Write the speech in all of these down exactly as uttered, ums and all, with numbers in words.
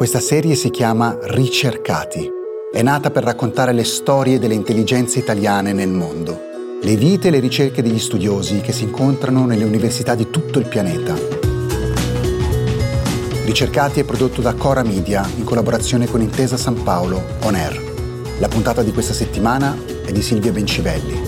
Questa serie si chiama Ricercati. È nata per raccontare le storie delle intelligenze italiane nel mondo, le vite e le ricerche degli studiosi che si incontrano nelle università di tutto il pianeta. Ricercati è prodotto da Cora Media in collaborazione con Intesa San Paolo On Air. La puntata di questa settimana è di Silvia Bencivelli.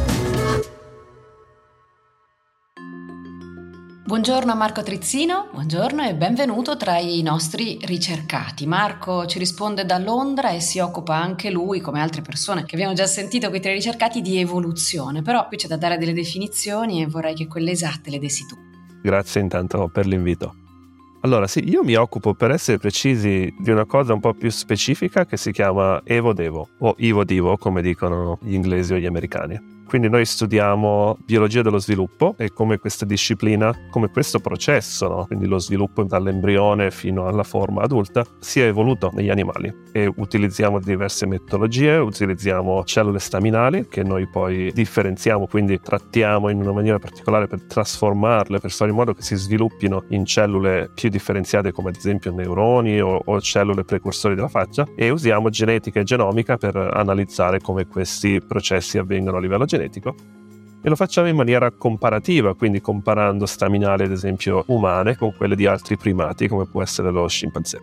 Buongiorno a Marco Trizzino, buongiorno e benvenuto tra i nostri ricercati. Marco ci risponde da Londra e si occupa anche lui, come altre persone che abbiamo già sentito qui tra i ricercati, di evoluzione. Però qui c'è da dare delle definizioni e vorrei che quelle esatte le dessi tu. Grazie intanto per l'invito. Allora sì, io mi occupo, per essere precisi, di una cosa un po' più specifica che si chiama Evo-Devo o Ivo-Divo, come dicono gli inglesi o gli americani. Quindi noi studiamo biologia dello sviluppo e come questa disciplina, come questo processo, no? Quindi lo sviluppo dall'embrione fino alla forma adulta, si è evoluto negli animali e utilizziamo diverse metodologie, utilizziamo cellule staminali che noi poi differenziamo, quindi trattiamo in una maniera particolare per trasformarle, per fare in modo che si sviluppino in cellule più differenziate come ad esempio neuroni o, o cellule precursori della faccia, e usiamo genetica e genomica per analizzare come questi processi avvengono a livello genetico. E lo facciamo in maniera comparativa, quindi comparando staminali ad esempio umane con quelle di altri primati come può essere lo scimpanzé.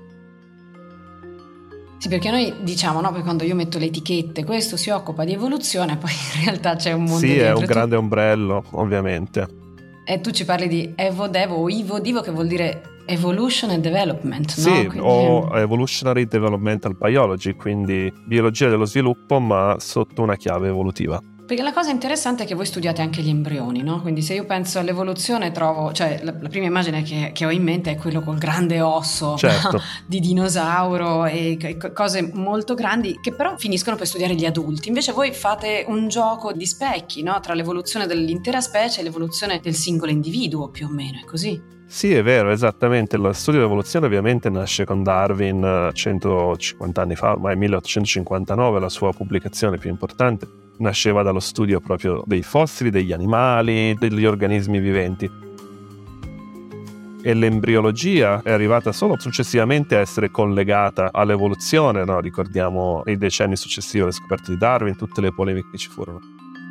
Sì, perché noi diciamo, no, poi quando io metto le etichette, questo si occupa di evoluzione, poi in realtà c'è un mondo sì, dietro. Sì, è un tu... grande ombrello, ovviamente. E tu ci parli di Evo-Devo o Ivo-Divo, che vuol dire Evolution and Development, sì, no? Sì, quindi... o Evolutionary Developmental Biology, quindi biologia dello sviluppo ma sotto una chiave evolutiva. Perché la cosa interessante è che voi studiate anche gli embrioni, no? Quindi se io penso all'evoluzione trovo, cioè la, la prima immagine che, che ho in mente è quello col grande osso, certo. no? Di dinosauro e cose molto grandi che però finiscono per studiare gli adulti. Invece voi fate un gioco di specchi, no? Tra l'evoluzione dell'intera specie e l'evoluzione del singolo individuo, più o meno, è così? Sì, è vero, esattamente. Lo studio dell'evoluzione ovviamente nasce con Darwin centocinquanta anni fa, ormai milleottocentocinquantanove, la sua pubblicazione più importante. Nasceva dallo studio proprio dei fossili, degli animali, degli organismi viventi. E l'embriologia è arrivata solo successivamente a essere collegata all'evoluzione, no? Ricordiamo i decenni successivi alle scoperte di Darwin, tutte le polemiche che ci furono.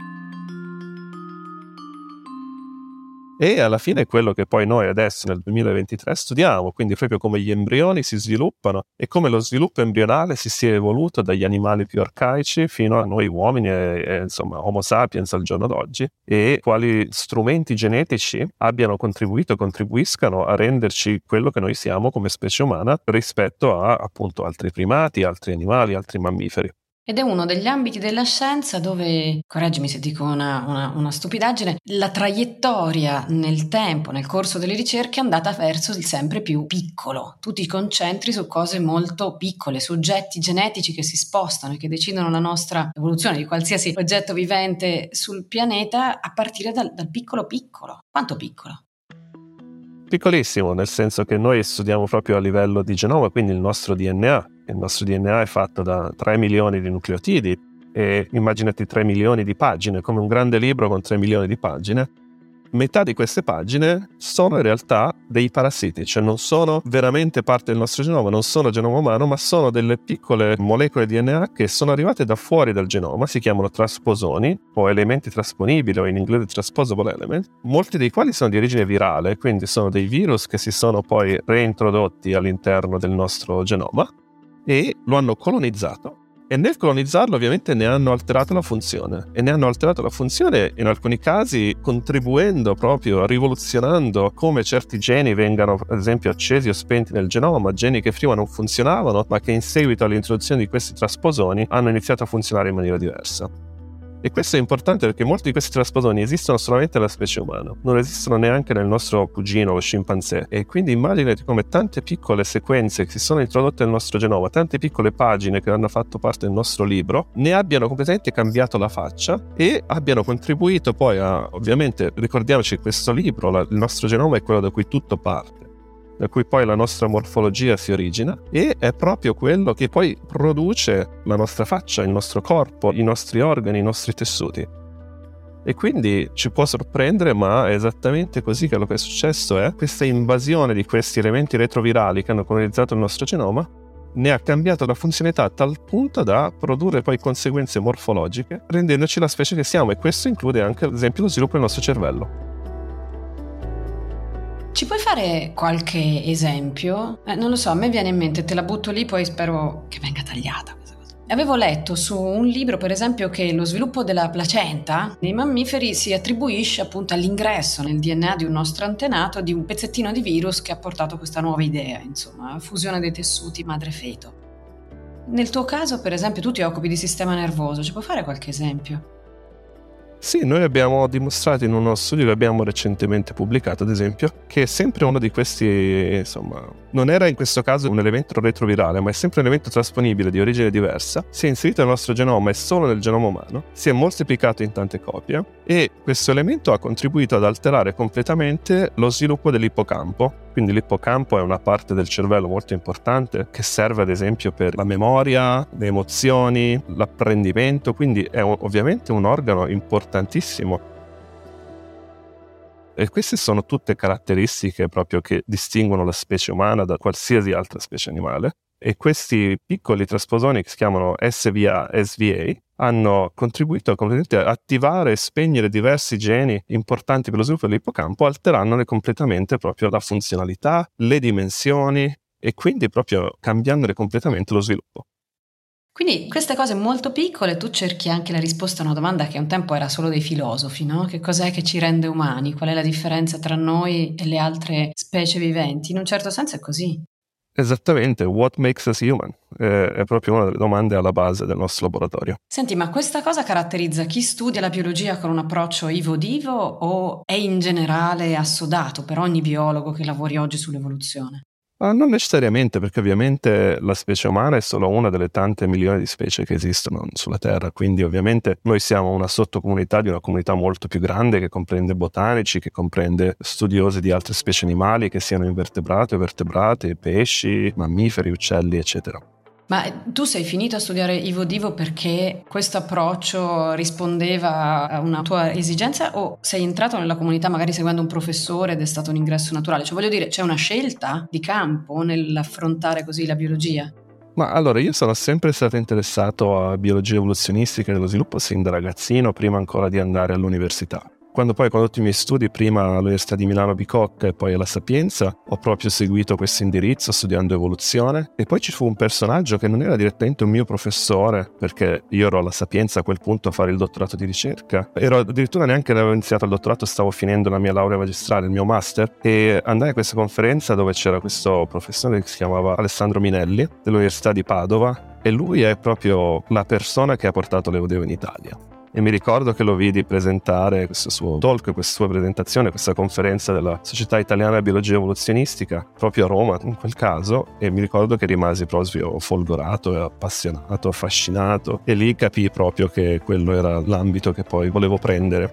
E alla fine è quello che poi noi adesso nel duemilaventitré studiamo, quindi proprio come gli embrioni si sviluppano e come lo sviluppo embrionale si sia evoluto dagli animali più arcaici fino a noi uomini e, e insomma Homo sapiens al giorno d'oggi, e quali strumenti genetici abbiano contribuito, contribuiscano a renderci quello che noi siamo come specie umana rispetto a appunto altri primati, altri animali, altri mammiferi. Ed è uno degli ambiti della scienza dove, correggimi se dico una, una, una stupidaggine, la traiettoria nel tempo, nel corso delle ricerche è andata verso il sempre più piccolo. Tu ti concentri su cose molto piccole, su oggetti genetici che si spostano e che decidono la nostra evoluzione di qualsiasi oggetto vivente sul pianeta a partire dal, dal piccolo piccolo. Quanto piccolo? Piccolissimo, nel senso che noi studiamo proprio a livello di genoma, quindi il nostro D N A. Il nostro D N A è fatto da tre milioni di nucleotidi e immaginati tre milioni di pagine, come un grande libro con tre milioni di pagine. Metà di queste pagine sono in realtà dei parassiti, cioè non sono veramente parte del nostro genoma, non sono genoma umano, ma sono delle piccole molecole di D N A che sono arrivate da fuori dal genoma, si chiamano trasposoni o elementi trasponibili o in inglese transposable element, molti dei quali sono di origine virale, quindi sono dei virus che si sono poi reintrodotti all'interno del nostro genoma e lo hanno colonizzato. E nel colonizzarlo ovviamente ne hanno alterato la funzione e ne hanno alterato la funzione in alcuni casi contribuendo proprio, rivoluzionando come certi geni vengano ad esempio accesi o spenti nel genoma, geni che prima non funzionavano ma che in seguito all'introduzione di questi trasposoni hanno iniziato a funzionare in maniera diversa. E questo è importante perché molti di questi trasposoni esistono solamente nella specie umana, non esistono neanche nel nostro cugino, lo scimpanzé. E quindi immaginate come tante piccole sequenze che si sono introdotte nel nostro genoma, tante piccole pagine che hanno fatto parte del nostro libro, ne abbiano completamente cambiato la faccia e abbiano contribuito poi a, ovviamente, ricordiamoci che questo libro, la, il nostro genoma è quello da cui tutto parte, da cui poi la nostra morfologia si origina, e è proprio quello che poi produce la nostra faccia, il nostro corpo, i nostri organi, i nostri tessuti. E quindi ci può sorprendere, ma è esattamente così che quello che è successo è questa invasione di questi elementi retrovirali che hanno colonizzato il nostro genoma ne ha cambiato la funzionalità a tal punto da produrre poi conseguenze morfologiche, rendendoci la specie che siamo, e questo include anche ad esempio lo sviluppo del nostro cervello. Ci puoi fare qualche esempio? Eh, non lo so, a me viene in mente, te la butto lì, poi spero che venga tagliata questa cosa. Avevo letto su un libro, per esempio, che lo sviluppo della placenta nei mammiferi si attribuisce appunto all'ingresso nel D N A di un nostro antenato di un pezzettino di virus che ha portato questa nuova idea, insomma, fusione dei tessuti madre-feto. Nel tuo caso, per esempio, tu ti occupi di sistema nervoso, ci puoi fare qualche esempio? Sì, noi abbiamo dimostrato in uno studio che abbiamo recentemente pubblicato, ad esempio, che sempre uno di questi, insomma, non era in questo caso un elemento retrovirale, ma è sempre un elemento trasponibile di origine diversa, si è inserito nel nostro genoma e solo nel genoma umano, si è moltiplicato in tante copie e questo elemento ha contribuito ad alterare completamente lo sviluppo dell'ippocampo. Quindi l'ippocampo è una parte del cervello molto importante che serve ad esempio per la memoria, le emozioni, l'apprendimento, quindi è un, ovviamente un organo importantissimo. E queste sono tutte caratteristiche proprio che distinguono la specie umana da qualsiasi altra specie animale. E questi piccoli trasposoni che si chiamano S V A, S V A hanno contribuito a attivare e spegnere diversi geni importanti per lo sviluppo dell'ippocampo, alterandone completamente proprio la funzionalità, le dimensioni e quindi proprio cambiandone completamente lo sviluppo. Quindi queste cose molto piccole, tu cerchi anche la risposta a una domanda che un tempo era solo dei filosofi, no? Che cos'è che ci rende umani? Qual è la differenza tra noi e le altre specie viventi? In un certo senso è così. Esattamente, what makes us human? Eh, è proprio una delle domande alla base del nostro laboratorio. Senti, ma questa cosa caratterizza chi studia la biologia con un approccio evo-divo o è in generale assodato per ogni biologo che lavori oggi sull'evoluzione? Ah, non necessariamente, perché ovviamente la specie umana è solo una delle tante milioni di specie che esistono sulla Terra, quindi ovviamente noi siamo una sottocomunità di una comunità molto più grande che comprende botanici, che comprende studiosi di altre specie animali, che siano invertebrati o vertebrati, pesci, mammiferi, uccelli, eccetera. Ma tu sei finito a studiare evo-divo perché questo approccio rispondeva a una tua esigenza o sei entrato nella comunità magari seguendo un professore ed è stato un ingresso naturale? Cioè voglio dire, c'è una scelta di campo nell'affrontare così la biologia? Ma allora, io sono sempre stato interessato a biologia evoluzionistica e dello sviluppo sin da ragazzino, prima ancora di andare all'università. Quando poi ho condotto i miei studi, prima all'Università di Milano Bicocca e poi alla Sapienza, ho proprio seguito questo indirizzo studiando evoluzione e poi ci fu un personaggio che non era direttamente un mio professore, perché io ero alla Sapienza a quel punto a fare il dottorato di ricerca. Ero addirittura neanche avevo iniziato il dottorato, stavo finendo la mia laurea magistrale, il mio master, e andai a questa conferenza dove c'era questo professore che si chiamava Alessandro Minelli dell'Università di Padova e lui è proprio la persona che ha portato l'evo-divo in Italia. E mi ricordo che lo vidi presentare questo suo talk, questa sua presentazione, questa conferenza della Società Italiana di Biologia Evoluzionistica, proprio a Roma in quel caso, e mi ricordo che rimasi proprio folgorato, appassionato, affascinato, e lì capii proprio che quello era l'ambito che poi volevo prendere.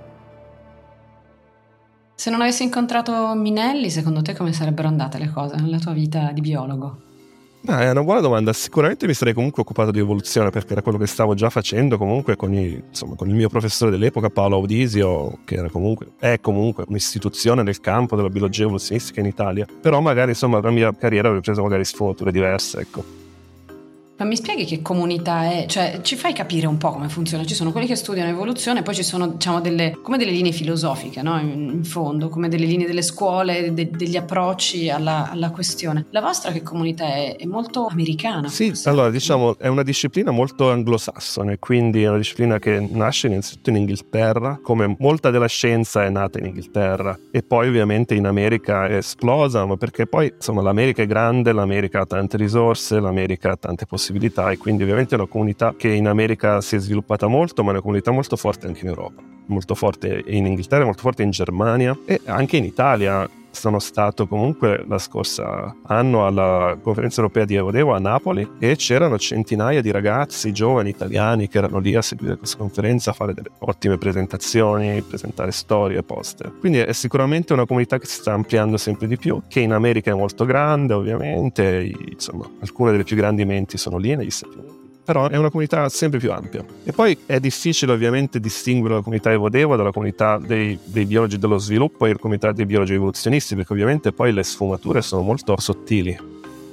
Se non avessi incontrato Minelli, secondo te come sarebbero andate le cose nella tua vita di biologo? Ah, è una buona domanda. Sicuramente mi sarei comunque occupato di evoluzione perché era quello che stavo già facendo comunque con, i, insomma, con il mio professore dell'epoca Paolo Audisio, che era comunque, è comunque un'istituzione nel campo della biologia evoluzionistica in Italia. Però magari insomma la mia carriera avrebbe preso magari sfumature diverse, ecco. Ma mi spieghi che comunità è? Cioè, ci fai capire un po' come funziona? Ci sono quelli che studiano evoluzione, poi ci sono, diciamo, delle, come delle linee filosofiche, no? In, in fondo, come delle linee delle scuole, de, degli approcci alla, alla questione. La vostra che comunità è? È molto americana? Sì, forse? Allora diciamo è una disciplina molto anglosassone, quindi è una disciplina che nasce innanzitutto in Inghilterra, come molta della scienza è nata in Inghilterra, e poi ovviamente in America è esplosa, ma perché poi insomma l'America è grande, l'America ha tante risorse, l'America ha tante possibilità, e quindi ovviamente è una comunità che in America si è sviluppata molto, ma è una comunità molto forte anche in Europa, molto forte in Inghilterra, molto forte in Germania e anche in Italia. Sono stato comunque la scorsa anno alla conferenza europea di evo-divo a Napoli e c'erano centinaia di ragazzi giovani italiani che erano lì a seguire questa conferenza, a fare delle ottime presentazioni, presentare storie, poster. Quindi è sicuramente una comunità che si sta ampliando sempre di più, che in America è molto grande ovviamente, insomma alcune delle più grandi menti sono lì negli Stati Uniti. però è una comunità sempre più ampia. E poi è difficile ovviamente distinguere la comunità evodevo dalla comunità dei, dei biologi dello sviluppo e la comunità dei biologi evoluzionisti, perché ovviamente poi le sfumature sono molto sottili.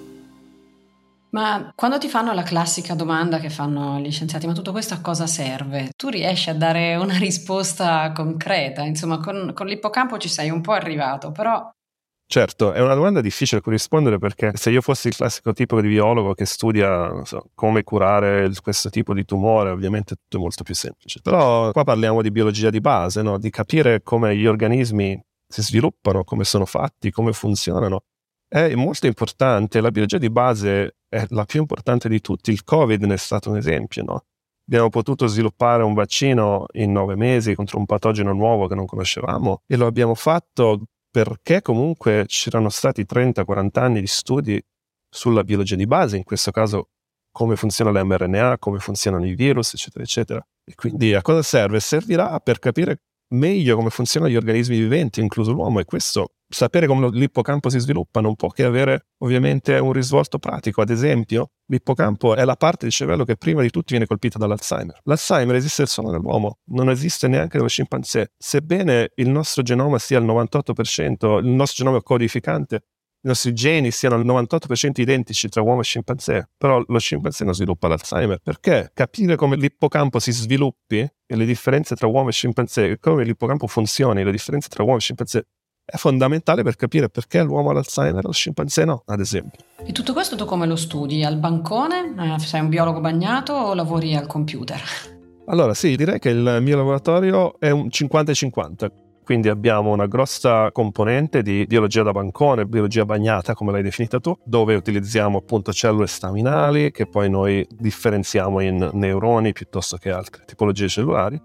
Ma quando ti fanno la classica domanda che fanno gli scienziati, ma tutto questo a cosa serve? Tu riesci a dare una risposta concreta? Insomma, con, con l'ippocampo ci sei un po' arrivato, però... Certo, è una domanda difficile a cui rispondere, perché se io fossi il classico tipo di biologo che studia, non so, come curare il, questo tipo di tumore, ovviamente tutto è molto più semplice. Però qua parliamo di biologia di base, no? Di capire come gli organismi si sviluppano, come sono fatti, come funzionano. È molto importante, la biologia di base è la più importante di tutti. Il Covid ne è stato un esempio, no? Abbiamo potuto sviluppare un vaccino in nove mesi contro un patogeno nuovo che non conoscevamo, e lo abbiamo fatto perché comunque c'erano stati trenta quaranta anni di studi sulla biologia di base, in questo caso come funziona l'mRNA, come funzionano i virus, eccetera, eccetera. E quindi a cosa serve? Servirà per capire meglio come funzionano gli organismi viventi, incluso l'uomo, e questo, sapere come l'ippocampo si sviluppa, non può che avere ovviamente un risvolto pratico. Ad esempio, l'ippocampo è la parte del cervello che prima di tutti viene colpita dall'Alzheimer. L'Alzheimer esiste solo nell'uomo, non esiste neanche nello scimpanzé. Sebbene il nostro genoma sia al novantotto per cento, il nostro genoma codificante, i nostri geni siano al novantotto per cento identici tra uomo e scimpanzé, però lo scimpanzé non sviluppa l'Alzheimer. Perché capire come l'ippocampo si sviluppi e le differenze tra uomo e scimpanzé, e come l'ippocampo funzioni, le differenze tra uomo e scimpanzé, è fondamentale per capire perché l'uomo ha l'Alzheimer e lo scimpanzé no, ad esempio. E tutto questo tu come lo studi? Al bancone? Eh, sei un biologo bagnato o lavori al computer? Allora sì, direi che il mio laboratorio è un cinquanta e cinquanta. Quindi abbiamo una grossa componente di biologia da bancone, biologia bagnata, come l'hai definita tu, dove utilizziamo appunto cellule staminali che poi noi differenziamo in neuroni piuttosto che altre tipologie cellulari.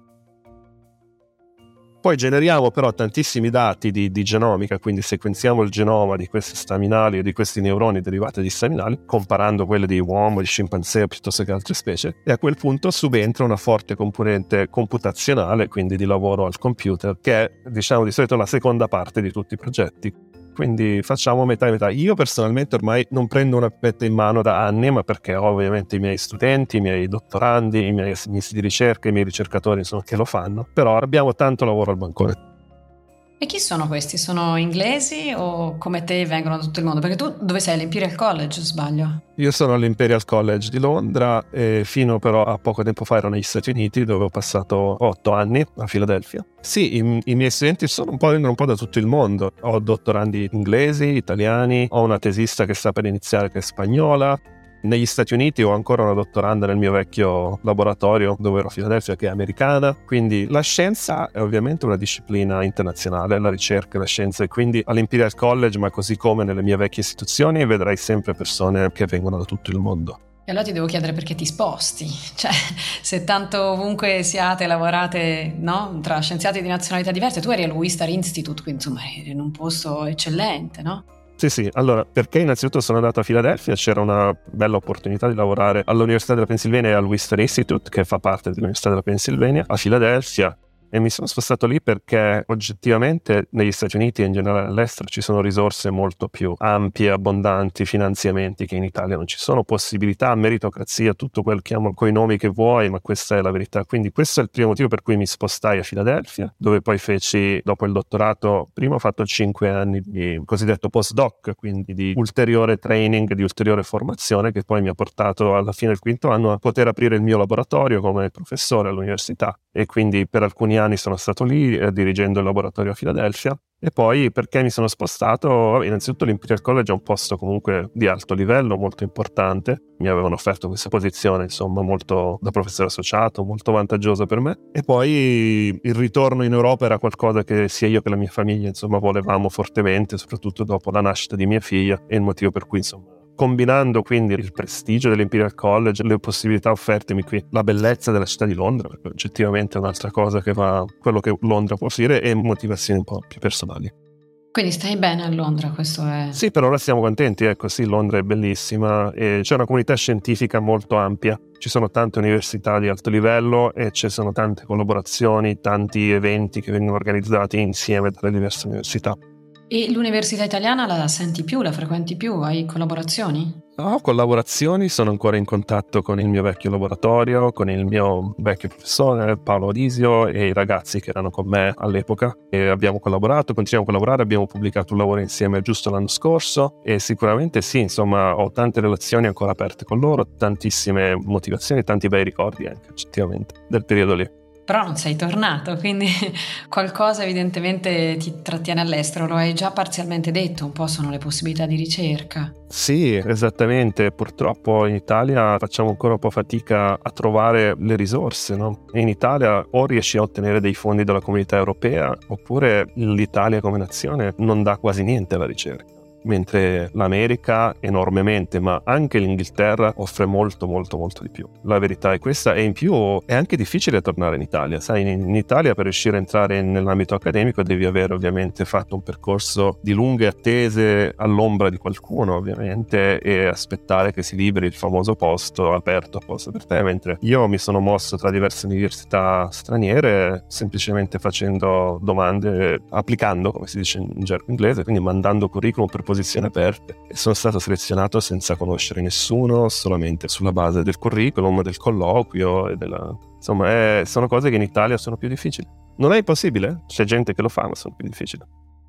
Poi generiamo però tantissimi dati di, di genomica, quindi sequenziamo il genoma di questi staminali o di questi neuroni derivati dagli staminali, comparando quelli di uomo, di scimpanzé piuttosto che altre specie, e a quel punto subentra una forte componente computazionale, quindi di lavoro al computer, che è, diciamo, di solito la seconda parte di tutti i progetti. Quindi facciamo metà e metà. Io personalmente ormai non prendo una pipetta in mano da anni, ma perché ho ovviamente i miei studenti, i miei dottorandi, i miei assistenti di ricerca, i miei ricercatori, insomma, che lo fanno. Però abbiamo tanto lavoro al bancone. E chi sono questi? Sono inglesi o come te vengono da tutto il mondo? Perché tu dove sei? All'Imperial College, sbaglio? Io sono all'Imperial College di Londra e fino però a poco tempo fa ero negli Stati Uniti, dove ho passato otto anni a Filadelfia. Sì, i, i miei studenti sono un po', vengono un po' da tutto il mondo. Ho dottorandi inglesi, italiani, ho una tesista che sta per iniziare che è spagnola. Negli Stati Uniti ho ancora una dottoranda nel mio vecchio laboratorio dove ero a Filadelfia, che è americana. Quindi la scienza è ovviamente una disciplina internazionale, la ricerca e la scienza, e quindi all'Imperial College, ma così come nelle mie vecchie istituzioni, vedrai sempre persone che vengono da tutto il mondo. E allora ti devo chiedere perché ti sposti, cioè se tanto ovunque siate, lavorate, no? Tra scienziati di nazionalità diverse, tu eri al Wistar Institute, quindi insomma eri in un posto eccellente, no? Sì, sì, allora, perché innanzitutto sono andato a Filadelfia, c'era una bella opportunità di lavorare all'Università della Pennsylvania e al Wistar Institute, che fa parte dell'Università della Pennsylvania, a Filadelfia, e mi sono spostato lì perché oggettivamente negli Stati Uniti e in generale all'estero ci sono risorse molto più ampie, abbondanti, finanziamenti che in Italia non ci sono, possibilità, meritocrazia, tutto quel che amo coi nomi che vuoi, ma questa è la verità. Quindi questo è il primo motivo per cui mi spostai a Filadelfia, dove poi feci, dopo il dottorato, prima ho fatto cinque anni di cosiddetto postdoc, quindi di ulteriore training, di ulteriore formazione, che poi mi ha portato alla fine del quinto anno a poter aprire il mio laboratorio come professore all'università. E quindi per alcuni anni sono stato lì eh, dirigendo il laboratorio a Filadelfia. E poi perché mi sono spostato? Innanzitutto l'Imperial College è un posto comunque di alto livello, molto importante. Mi avevano offerto questa posizione, insomma, molto da professore associato, molto vantaggiosa per me. E poi il ritorno in Europa era qualcosa che sia io che la mia famiglia, insomma, volevamo fortemente, soprattutto dopo la nascita di mia figlia, e il motivo per cui, insomma, combinando quindi il prestigio dell'Imperial College, le possibilità offertemi qui, la bellezza della città di Londra, perché oggettivamente è un'altra cosa che va quello che Londra può offrire, e motivazioni un po' più personali. Quindi stai bene a Londra, questo è... Sì, per ora siamo contenti, ecco, sì, Londra è bellissima e c'è una comunità scientifica molto ampia, ci sono tante università di alto livello e ci sono tante collaborazioni, tanti eventi che vengono organizzati insieme dalle diverse università. E l'università italiana la senti più, la frequenti più? Hai collaborazioni? Ho collaborazioni, sono ancora in contatto con il mio vecchio laboratorio, con il mio vecchio professore Paolo Adisio e i ragazzi che erano con me all'epoca, e abbiamo collaborato, continuiamo a collaborare, abbiamo pubblicato un lavoro insieme giusto l'anno scorso e sicuramente sì, insomma ho tante relazioni ancora aperte con loro, tantissime motivazioni, tanti bei ricordi anche effettivamente del periodo lì. Però non sei tornato, quindi qualcosa evidentemente ti trattiene all'estero, lo hai già parzialmente detto, un po' sono le possibilità di ricerca. Sì, esattamente, purtroppo in Italia facciamo ancora un po' fatica a trovare le risorse, no? In Italia o riesci a ottenere dei fondi dalla comunità europea oppure l'Italia come nazione non dà quasi niente alla ricerca. Mentre l'America enormemente, ma anche l'Inghilterra offre molto molto molto di più. La verità è questa, e in più è anche difficile tornare in Italia. Sai, in, in Italia per riuscire a entrare nell'ambito accademico devi avere ovviamente fatto un percorso di lunghe attese all'ombra di qualcuno ovviamente e aspettare che si liberi il famoso posto aperto apposta per te, mentre io mi sono mosso tra diverse università straniere semplicemente facendo domande, applicando come si dice in gergo inglese, quindi mandando curriculum per posizioni aperte, e sono stato selezionato senza conoscere nessuno, solamente sulla base del curriculum, del colloquio e della... insomma è... sono cose che in Italia sono più difficili. Non è impossibile, c'è gente che lo fa, ma sono più difficili.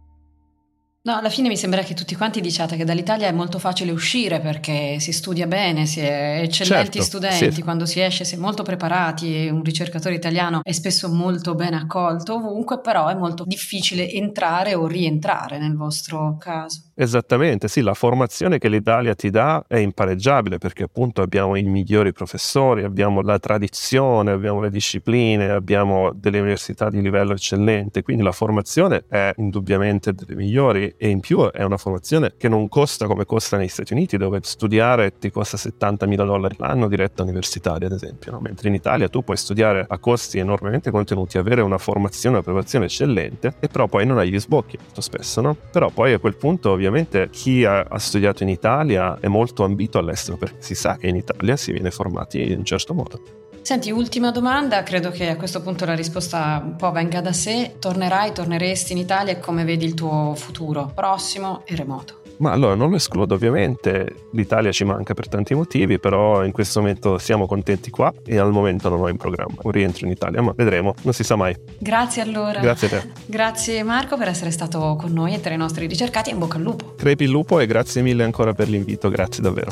No, alla fine mi sembra che tutti quanti diciate che dall'Italia è molto facile uscire perché si studia bene, si è eccellenti certo, studenti, sì. Quando si esce si è molto preparati e un ricercatore italiano è spesso molto ben accolto ovunque, però è molto difficile entrare o rientrare nel vostro caso. Esattamente, sì, la formazione che l'Italia ti dà è impareggiabile perché appunto abbiamo i migliori professori, abbiamo la tradizione, abbiamo le discipline, abbiamo delle università di livello eccellente, quindi la formazione è indubbiamente delle migliori e in più è una formazione che non costa come costa negli Stati Uniti, dove studiare ti costa settantamila dollari l'anno diretta universitaria ad esempio, no? Mentre in Italia tu puoi studiare a costi enormemente contenuti, avere una formazione, una preparazione eccellente e però poi non hai gli sbocchi molto spesso, no? Però poi a quel punto ovviamente Ovviamente chi ha, ha studiato in Italia è molto ambito all'estero perché si sa che in Italia si viene formati in un certo modo. Senti, ultima domanda, credo che a questo punto la risposta un po' venga da sé. Tornerai, torneresti in Italia e come vedi il tuo futuro prossimo e remoto? Ma allora non lo escludo ovviamente, l'Italia ci manca per tanti motivi, però in questo momento siamo contenti qua e al momento non ho in programma un rientro in Italia, ma vedremo, non si sa mai. Grazie allora. Grazie a te. Grazie Marco per essere stato con noi e tra i nostri ricercati, e in bocca al lupo. Crepi il lupo e grazie mille ancora per l'invito, grazie davvero.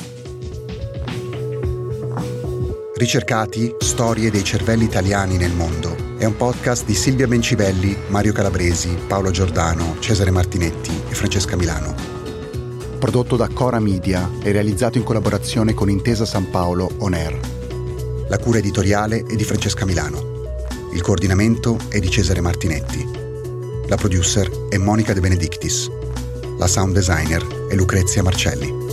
Ricercati, storie dei cervelli italiani nel mondo è un podcast di Silvia Bencivelli, Mario Calabresi, Paolo Giordano, Cesare Martinetti e Francesca Milano. Prodotto da Cora Media e realizzato in collaborazione con Intesa San Paolo On Air. La cura editoriale è di Francesca Milano. Il coordinamento è di Cesare Martinetti. La producer è Monica De Benedictis. La sound designer è Lucrezia Marcelli.